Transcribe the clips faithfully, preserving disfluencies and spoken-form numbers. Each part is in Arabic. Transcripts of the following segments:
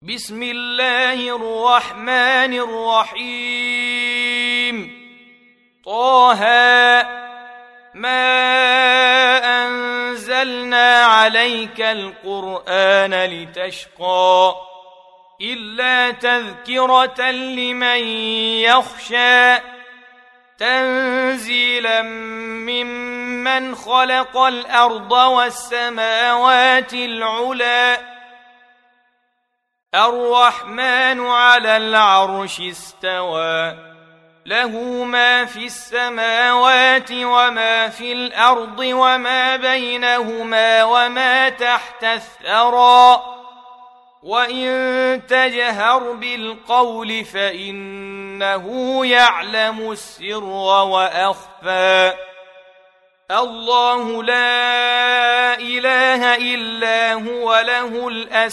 بسم الله الرحمن الرحيم. طه ما أنزلنا عليك القرآن لتشقى إلا تذكرة لمن يخشى تنزيلا ممن خلق الأرض والسماوات العلى الرحمن على العرش استوى له ما في السماوات وما في الأرض وما بينهما وما تحت الثرى وإن تجهر بالقول فإنه يعلم السر وأخفى الله لا إله إلا هو له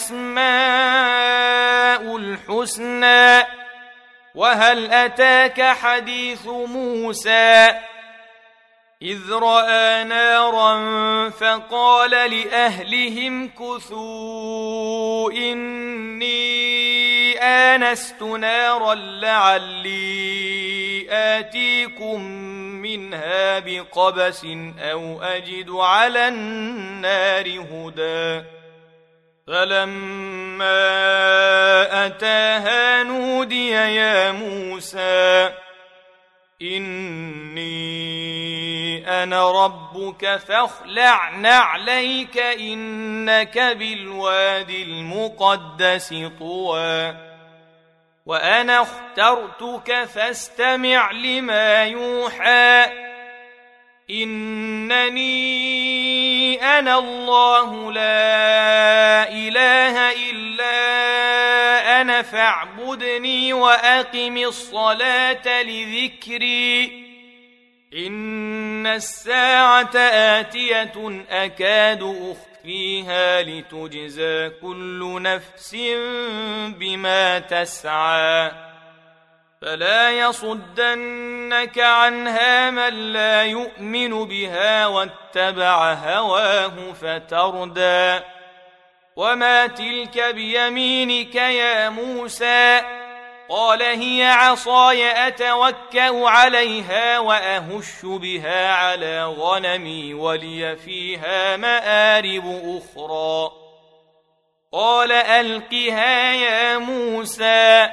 الأسماء الحسنى وهل أتاك حديث موسى إذ رأى نارا فقال لأهلهم كثوا إني آنست نارا لعلي آتيكم منها بقبس أو أجد على النار هدى فلما أتاها نودي يا موسى إني أنا ربك فاخلع نعليك إنك بالوادي المقدس طوى وأنا اخترتك فاستمع لما يوحى إنني أنا الله لا إله إلا أنا فاعبدني وأقم الصلاة لذكري إن الساعة آتية أكاد أخفيها لتجزى كل نفس بما تسعى فلا يصدنك عنها من لا يؤمن بها واتبع هواه فتردى وما تلك بيمينك يا موسى قال هي عصاي أتوكأ عليها وأهش بها على غنمي ولي فيها مآرب أخرى قال ألقها يا موسى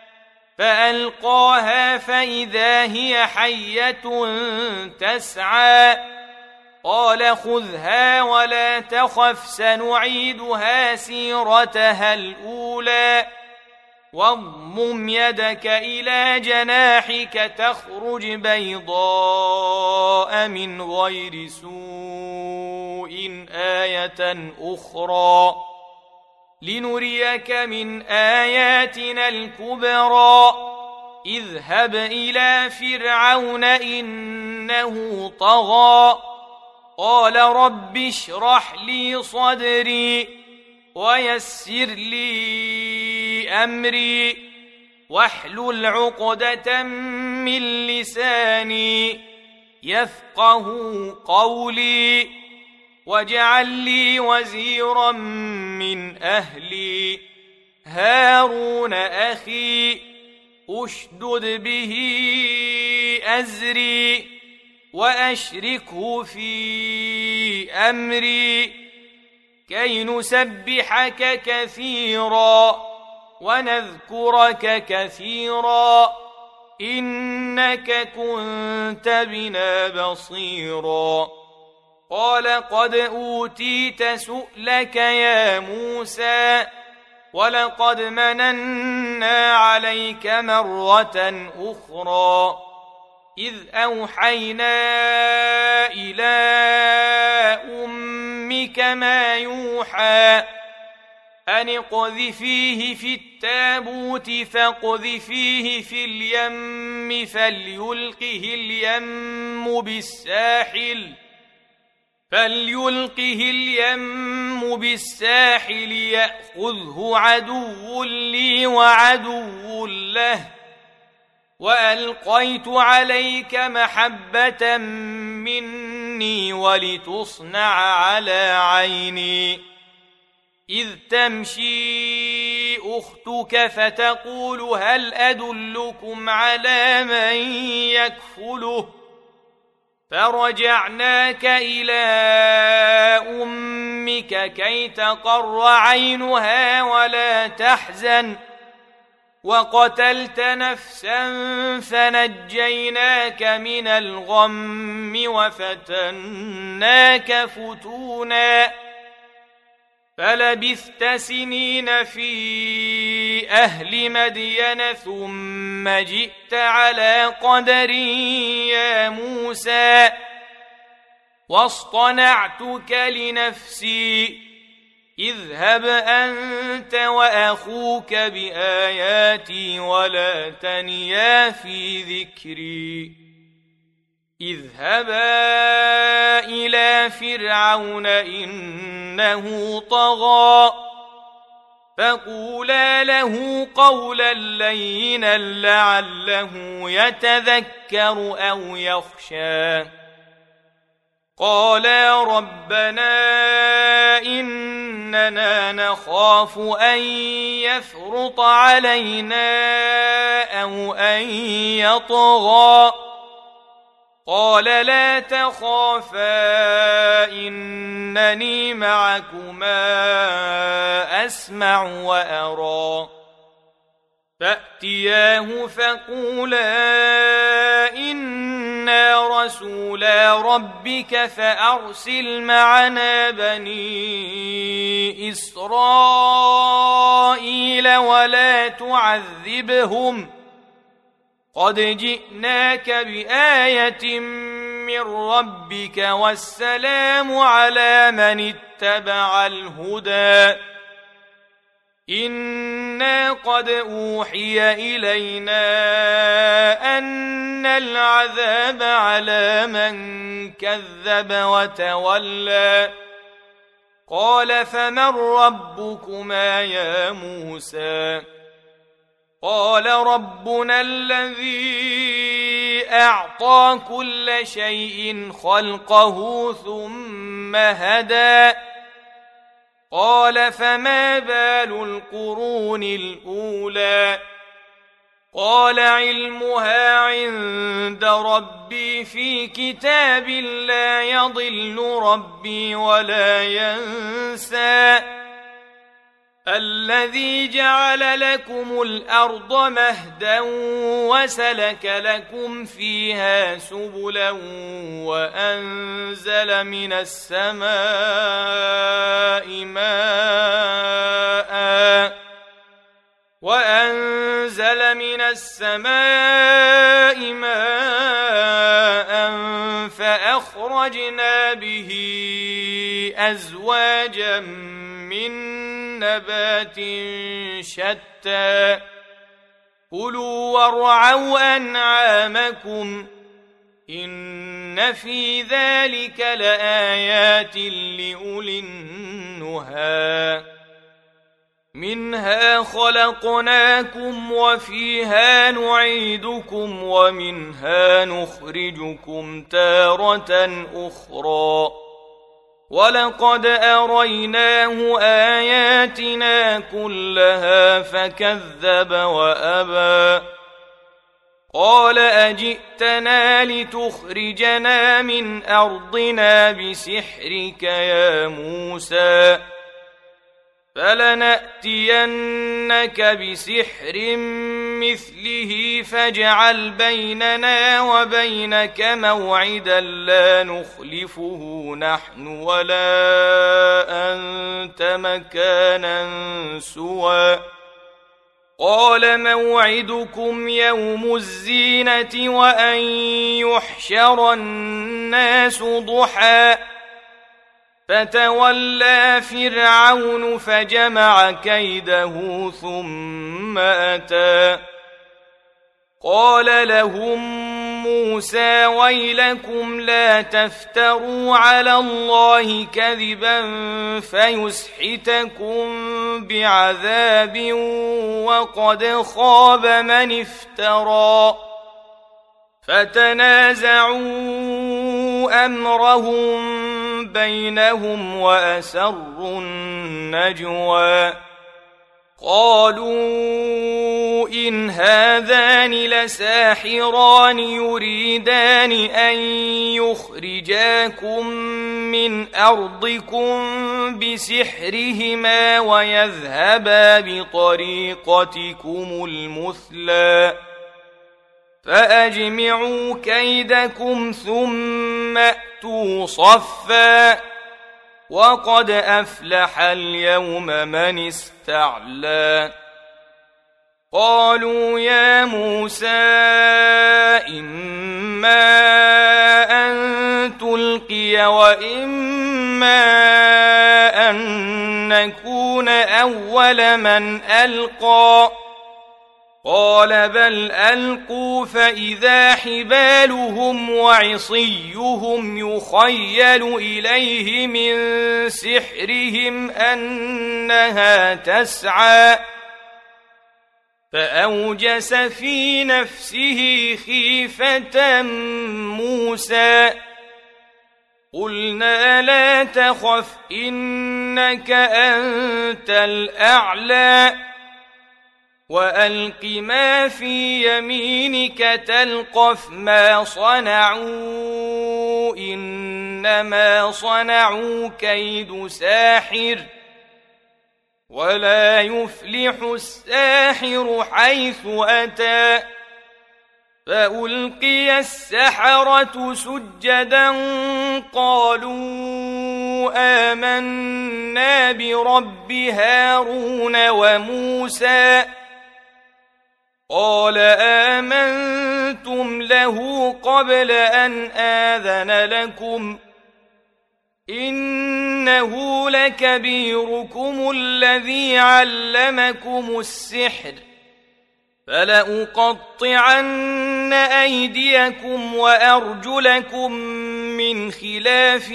فألقاها فإذا هي حية تسعى قال خذها ولا تخف سنعيدها سيرتها الأولى واضمم يدك إلى جناحك تخرج بيضاء من غير سوء آية أخرى لنريك من آياتنا الكبرى اذهب إلى فرعون إنه طغى قال رب اشرح لي صدري ويسر لي أمري واحلل عقدة من لساني يفقه قولي واجعل لي وزيرا من أهلي هارون أخي أشدد به أزري وأشركه في أمري كي نسبحك كثيرا ونذكرك كثيرا إنك كنت بنا بصيرا قال قد أوتيت سؤلك يا موسى ولقد مننا عليك مرة أخرى إذ أوحينا إلى أمك ما يوحى أن اقذفيه في التابوت فاقذفيه في اليم فليلقه اليم بالساحل فليلقه اليم بالساحل يأخذه عدو لي وعدو له وألقيت عليك محبة مني ولتصنع على عيني إذ تمشي أختك فتقول هل أدلكم على من يكفله فرجعناك إلى أمك كي تقر عينها ولا تحزن وقتلت نفسا فنجيناك من الغم وفتناك فتونا فلبثت سنين في أهل مدين ثم جئت على قدر يا موسى واصطنعتك لنفسي اذهب أنت وأخوك بآياتي ولا تنيا في ذكري اذهبا إلى فرعون إنه طغى فقولا له قولا لينا لعله يتذكر أو يخشى قالا ربنا إننا نخاف أن يفرط علينا أو أن يطغى قال لا تخافا إنني معكما أسمع وأرى فأتياه فقولا إنا رسولا ربك فأرسل معنا بني إسرائيل ولا تعذبهم قد جئناك بآية من ربك والسلام على من اتبع الهدى إنا قد أوحي إلينا أن العذاب على من كذب وتولى قال فمن ربكما يا موسى قال ربنا الذي أعطى كل شيء خلقه ثم هدى قال فما بال القرون الأولى قال علمها عند ربي في كتاب لا يضل ربي ولا ينسى الذي جعل لكم الأرض مهدا وسلك لكم فيها سبلا وأنزل من السماء ماء وأنزل من السماء ماء فأخرجنا به أزواجا من نبات شتى كلوا وارعوا أنعامكم إن في ذلك لآيات لأولي النهى منها خلقناكم وفيها نعيدكم ومنها نخرجكم تارة أخرى ولقد أريناه آياتنا كلها فكذب وأبى قال أجئتنا لتخرجنا من أرضنا بسحرك يا موسى فلنأتينك بسحر مثله فاجعل بيننا وبينك موعدا لا نخلفه نحن ولا أنت مكانا سوى قال موعدكم يوم الزينة وأن يحشر الناس ضحى فتولى فرعون فجمع كيده ثم أتى قال لهم موسى ويلكم لا تفتروا على الله كذبا فيسحتكم بعذاب وقد خاب من افترى فتنازعوا أمرهم بينهم وأسروا النجوى قالوا إن هذان لساحران يريدان أن يخرجاكم من أرضكم بسحرهما ويذهبا بطريقتكم المثلى فأجمعوا كيدكم ثم أتوا صفا وقد أفلح اليوم من استعلى قالوا يا موسى إما أن تلقي وإما أن نكون أول من ألقى قال بل ألقوا فإذا حبالهم وعصيهم يخيل إليه من سحرهم أنها تسعى فأوجس في نفسه خيفة موسى قلنا لا تخف إنك أنت الأعلى وألق ما في يمينك تلقف ما صنعوا إنما صنعوا كيد ساحر ولا يفلح الساحر حيث أتى فألقي السحرة سجدا قالوا آمنا برب هارون وموسى قال آمنتم له قبل أن آذن لكم إنه لكبيركم الذي علمكم السحر فلأقطعن أيديكم وأرجلكم من خلاف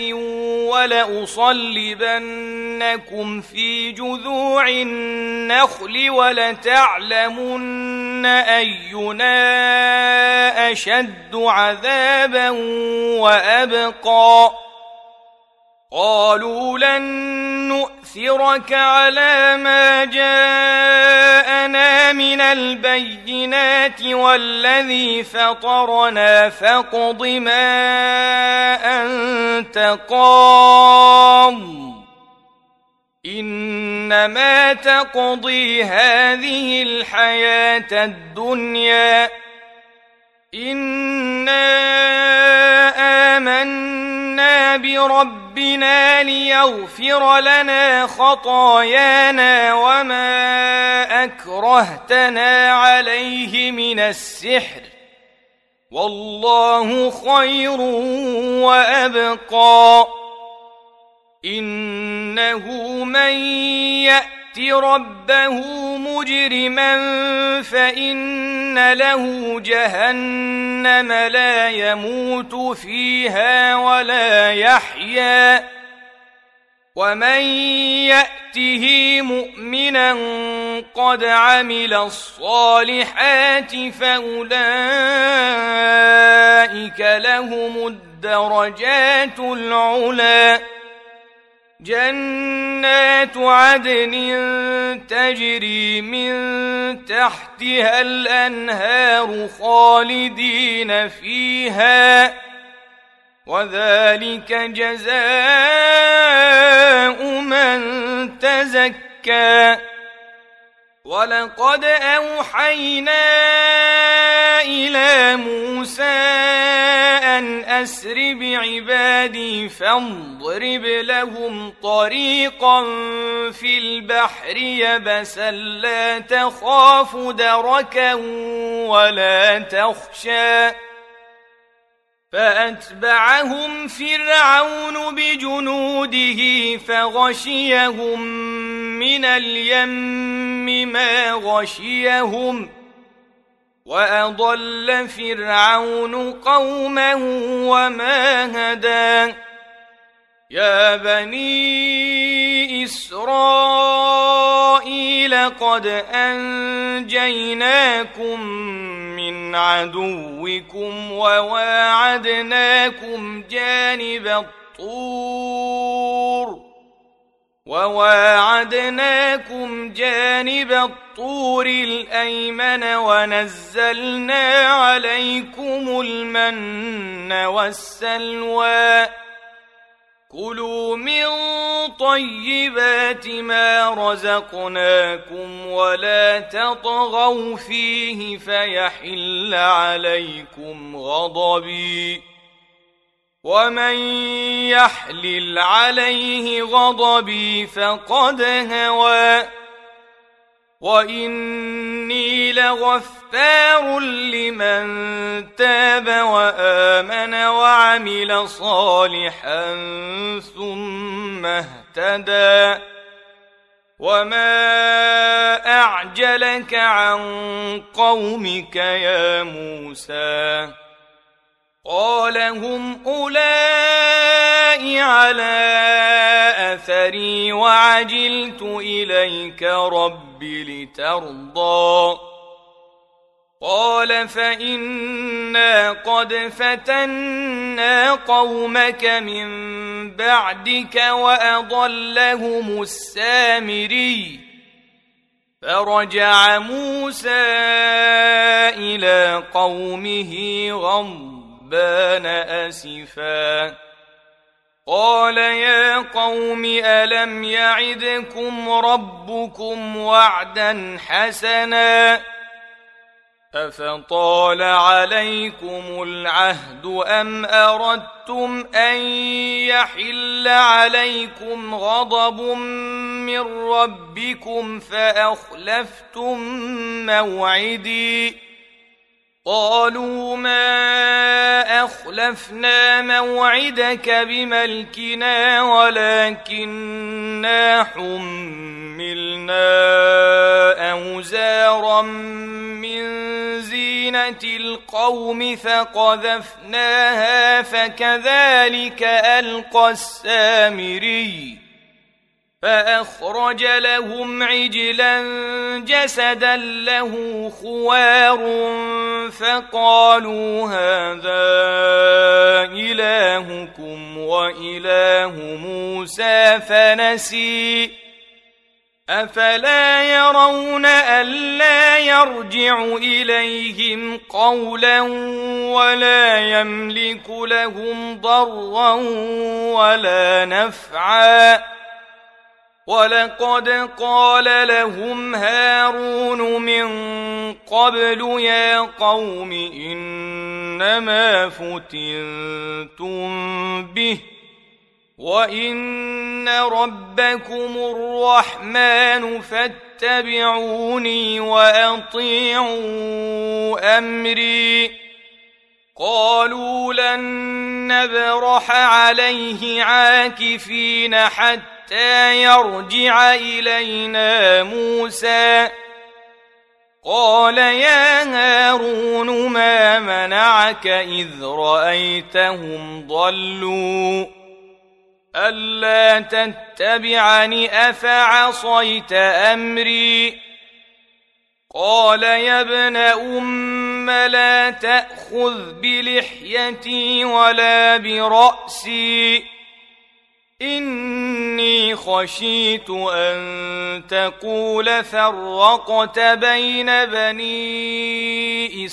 ولأصلبنكم في جذوع النخل ولتعلمن أينا أشد عذابا وأبقى قالوا لن نؤثرك على ما جاءنا من البينات والذي فطرنا فاقض ما أنت قاض إنما تقضي هذه الحياة الدنيا إنا آمنا بربنا ليغفر لنا خطايانا وما أكرهتنا عليه من السحر والله خير وأبقى إنه من يأت ربه مجرما فإن له جهنم لا يموت فيها ولا يحيا ومن يأته مؤمنا قد عمل الصالحات فأولئك لهم الدرجات العلى جنات عدن تجري من تحتها الأنهار خالدين فيها وذلك جزاء من تزكى ولقد أوحينا إلى موسى أن أسر بعبادي فاضرب لهم طريقا في البحر يبسا لا تخاف دركا ولا تخشى فأتبعهم فرعون بجنوده فغشيهم من اليم ما غشيهم وأضل فرعون قومه وما هدى يا بني إسرائيل قد أنجيناكم من عدوكم وواعدناكم جانب الطور وواعدناكم جانب الطور الأيمن ونزلنا عليكم المن والسلوى كلوا من طيبات ما رزقناكم ولا تطغوا فيه فيحل عليكم غضبي ومن يحلل عليه غضبي فقد هوى وإني لغفار لمن تاب وآمن وعمل صالحا ثم اهتدى وما أعجلك عن قومك يا موسى قال هم أولئك على أثري وعجلت إليك رب لترضى قال فإنا قد فتنا قومك من بعدك وأضلهم السامري فرجع موسى إلى قومه غضبان أسفا قال يا قوم ألم يعدكم ربكم وعدا حسنا أفطال عليكم العهد أم أردتم أن يحل عليكم غضب من ربكم فأخلفتم موعدي قالوا ما أخلفنا موعدك بملكنا ولكننا حملنا أوزارا من زينة القوم فقذفناها فكذلك ألقى السامري فأخرج لهم عجلا جسدا له خوار فقالوا هذا إلهكم وإله موسى فنسي أفلا يرون ألا يرجع إليهم قولا ولا يملك لهم ضرا ولا نفعا ولقد قال لهم هارون من قبل يا قوم إنما فتنتم به وإن ربكم الرحمن فاتبعوني وأطيعوا أمري قالوا لن نبرح عليه عاكفين حتى حتى يرجع إلينا موسى قال يا هارون ما منعك إذ رأيتهم ضلوا ألا تتبعني أفعصيت أمري قال يا ابن أم لا تأخذ بلحيتي ولا برأسي إني خشيت أن تقول فرقت بين بني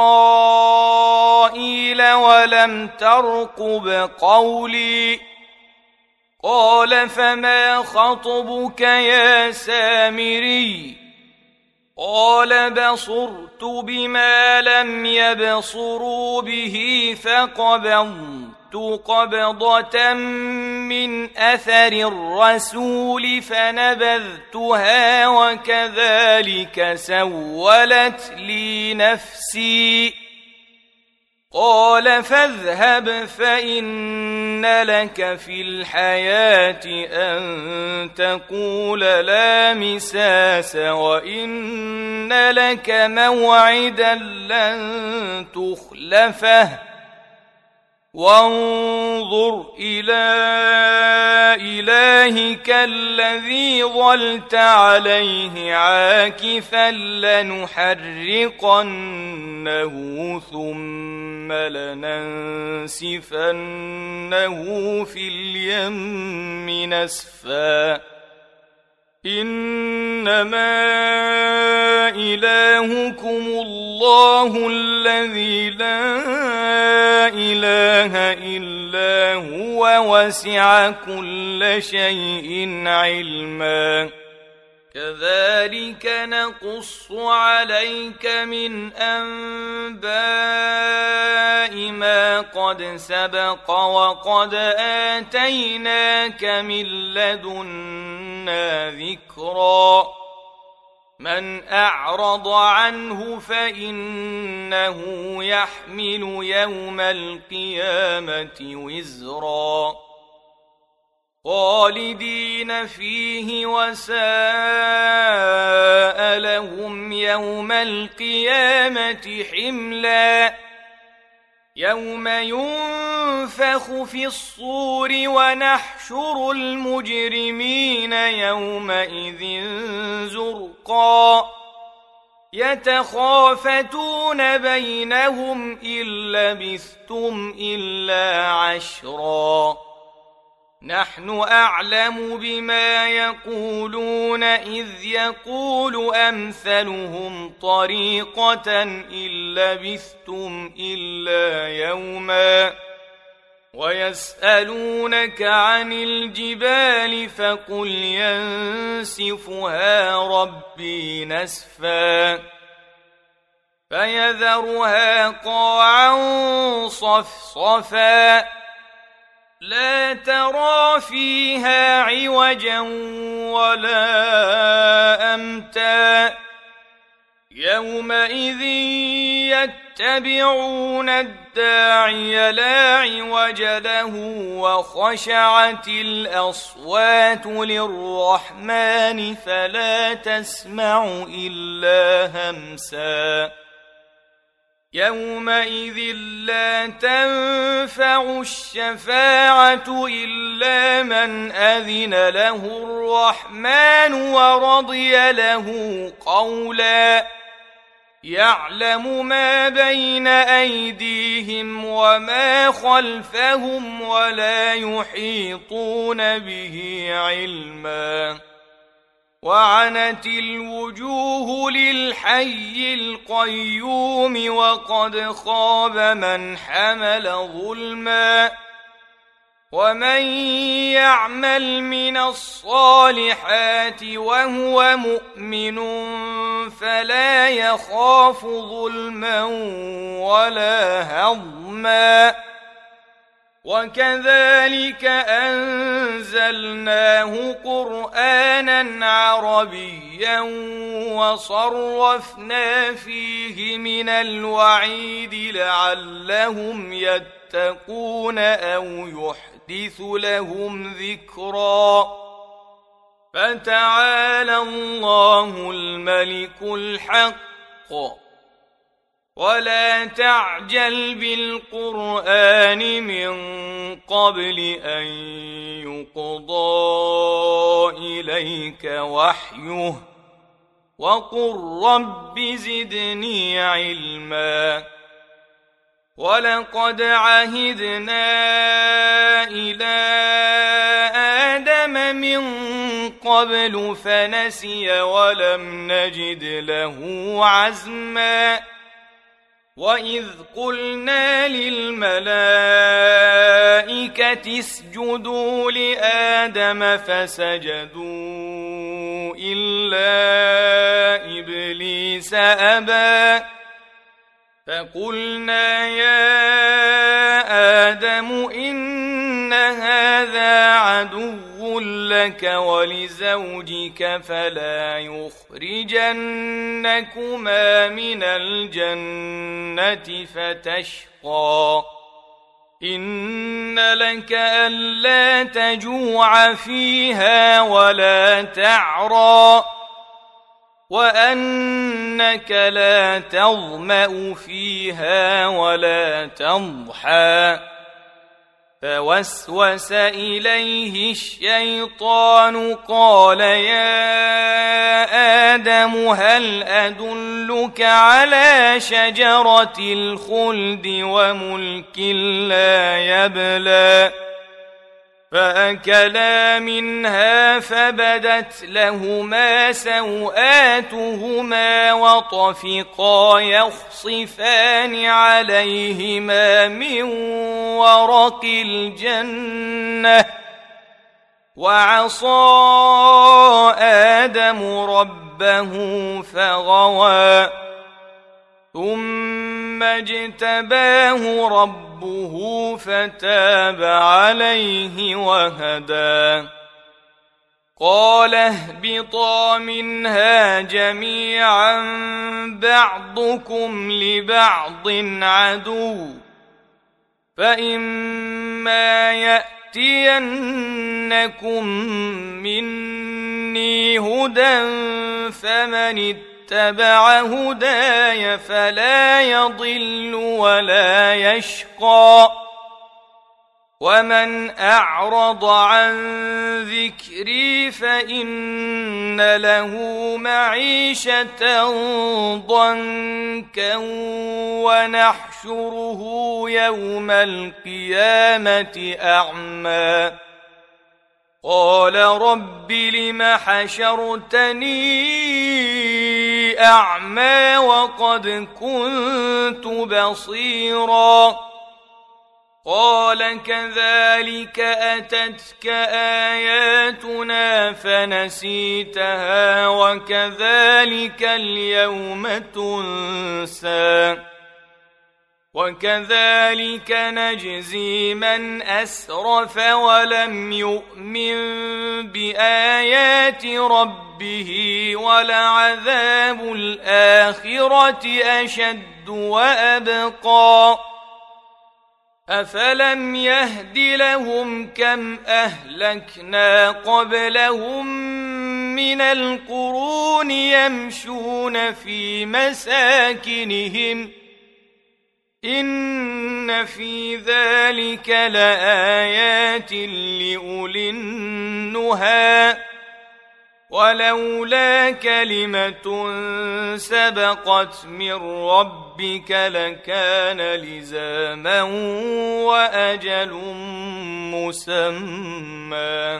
إسرائيل ولم ترقب قولي قال فما خطبك يا سامري قال بصرت بما لم يبصروا به فقبضت قبضة من أثر الرسول فنبذتها وكذلك سولت لي نفسي قال فاذهب فإن لك في الحياة أن تقول لا مساس وإن لك موعدا لن تخلفه وانظر إلى إلهك الذي ظلت عليه عاكفا لنحرقنه ثم لننسفنه في اليم نسفا إنما إلهكم الله الذي لا إله إلا هو وسع كل شيء علما كذلك نقص عليك من أنباء ما قد سبق وقد آتيناك من لدنا ذكرا من أعرض عنه فإنه يحمل يوم القيامة وزرا خالدين فيه وساء لهم يوم القيامة حملا يوم ينفخ في الصور ونحشر المجرمين يومئذ زرقا يتخافتون بينهم إن لبثتم إلا عشرا نحن أعلم بما يقولون إذ يقول أمثلهم طريقة إن لبثتم إلا يوما ويسألونك عن الجبال فقل ينسفها ربي نسفا فيذرها قاعا صفصفا لا ترى فيها عوجا ولا أمتا يومئذ يتبعون الداعي لا عوج له وخشعت الأصوات للرحمن فلا تسمع إلا همسا يومئذ لا تنفع الشفاعة إلا من أذن له الرحمن ورضي له قولا يعلم ما بين أيديهم وما خلفهم ولا يحيطون به علما وعنت الوجوه للحي القيوم وقد خاب من حمل ظلما ومن يعمل من الصالحات وهو مؤمن فلا يخاف ظلما ولا هضما وكذلك أنزلناه قرآنا عربيا وصرفنا فيه من الوعيد لعلهم يتقون أو يحدث لهم ذكرا فتعالى الله الملك الحق ولا تعجل بالقرآن من قبل أن يقضى إليك وحيه وقل رب زدني علما ولقد عهدنا إلى آدم من قبل فنسي ولم نجد له عزما وإذ قلنا للملائكة اسجدوا لآدم فسجدوا إلا إبليس أبى فقلنا يا آدم إن هذا عدو لك ولزوجك فلا يخرجنكما من الجنة فتشقى إن لك ألا تجوع فيها ولا تعرى وأنك لا تظمأ فيها ولا تضحى فوسوس إليه الشيطان قال يا آدم هل أدلك على شجرة الخلد وملك لا يبلى فأكلا منها فبدت لهما سوآتهما وطفقا يخصفان عليهما من ورق الجنة وعصى آدم ربه فغوى ثم اجتباه ربه فتاب عليه وهدى قال اهبطا منها جميعا بعضكم لبعض عدو فإما يأتينكم مني هدى فمن اتبع هداي فلا يضل ولا يشقى ومن أعرض عن ذكري فإن له معيشة ضنكا ونحشره يوم القيامة أعمى قال رب لم حشرتني أعمى وقد كنت بصيرا قال كذلك أتتك آياتنا فنسيتها وكذلك اليوم تنسى وكذلك نجزي من أسرف ولم يؤمن بآيات ربه ولعذاب الآخرة أشد وأبقى أفلم يهد لهم كم أهلكنا قبلهم من القرون يمشون في مساكنهم إن في ذلك لآيات لأولي النهى ولولا كلمة سبقت من ربك لكان لزاما وأجل مسمى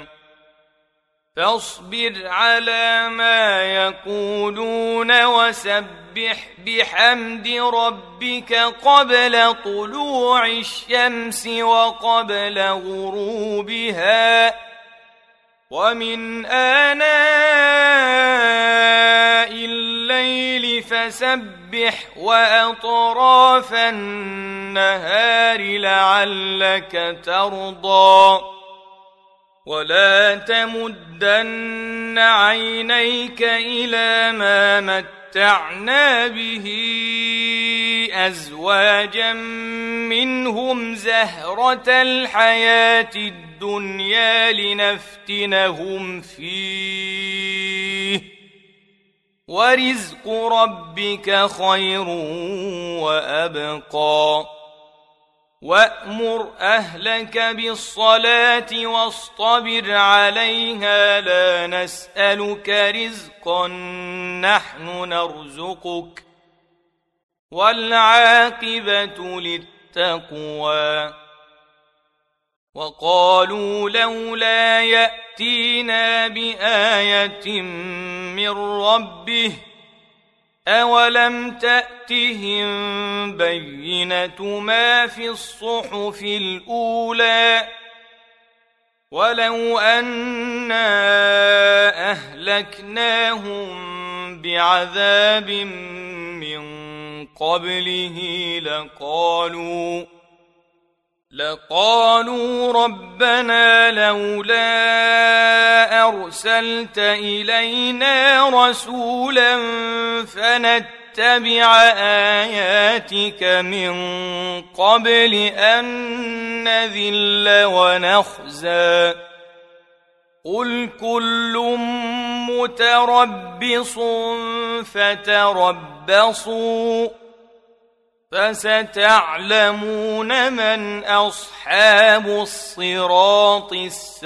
فاصبر على ما يقولون وسبح بحمد ربك قبل طلوع الشمس وقبل غروبها ومن آناء الليل فسبح وأطراف النهار لعلك ترضى ولا تمدن عينيك إلى ما متعنا به أزواجا منهم زهرة الحياة الدنيا لنفتنهم فيه ورزق ربك خير وأبقى وأمر أهلك بالصلاة واصطبر عليها لا نسألك رزقا نحن نرزقك والعاقبة للتقوى وقالوا لولا يأتينا بآية من ربه أولم تأتهم بينة ما في الصحف الأولى ولو أنا أهلكناهم بعذاب من قبله لقالوا لقالوا ربنا لولا أرسلت إلينا رسولا فنتبع آياتك من قبل أن نذل ونخزى قل كل متربص فتربصوا فستعلمون من أصحاب الصراط السبيل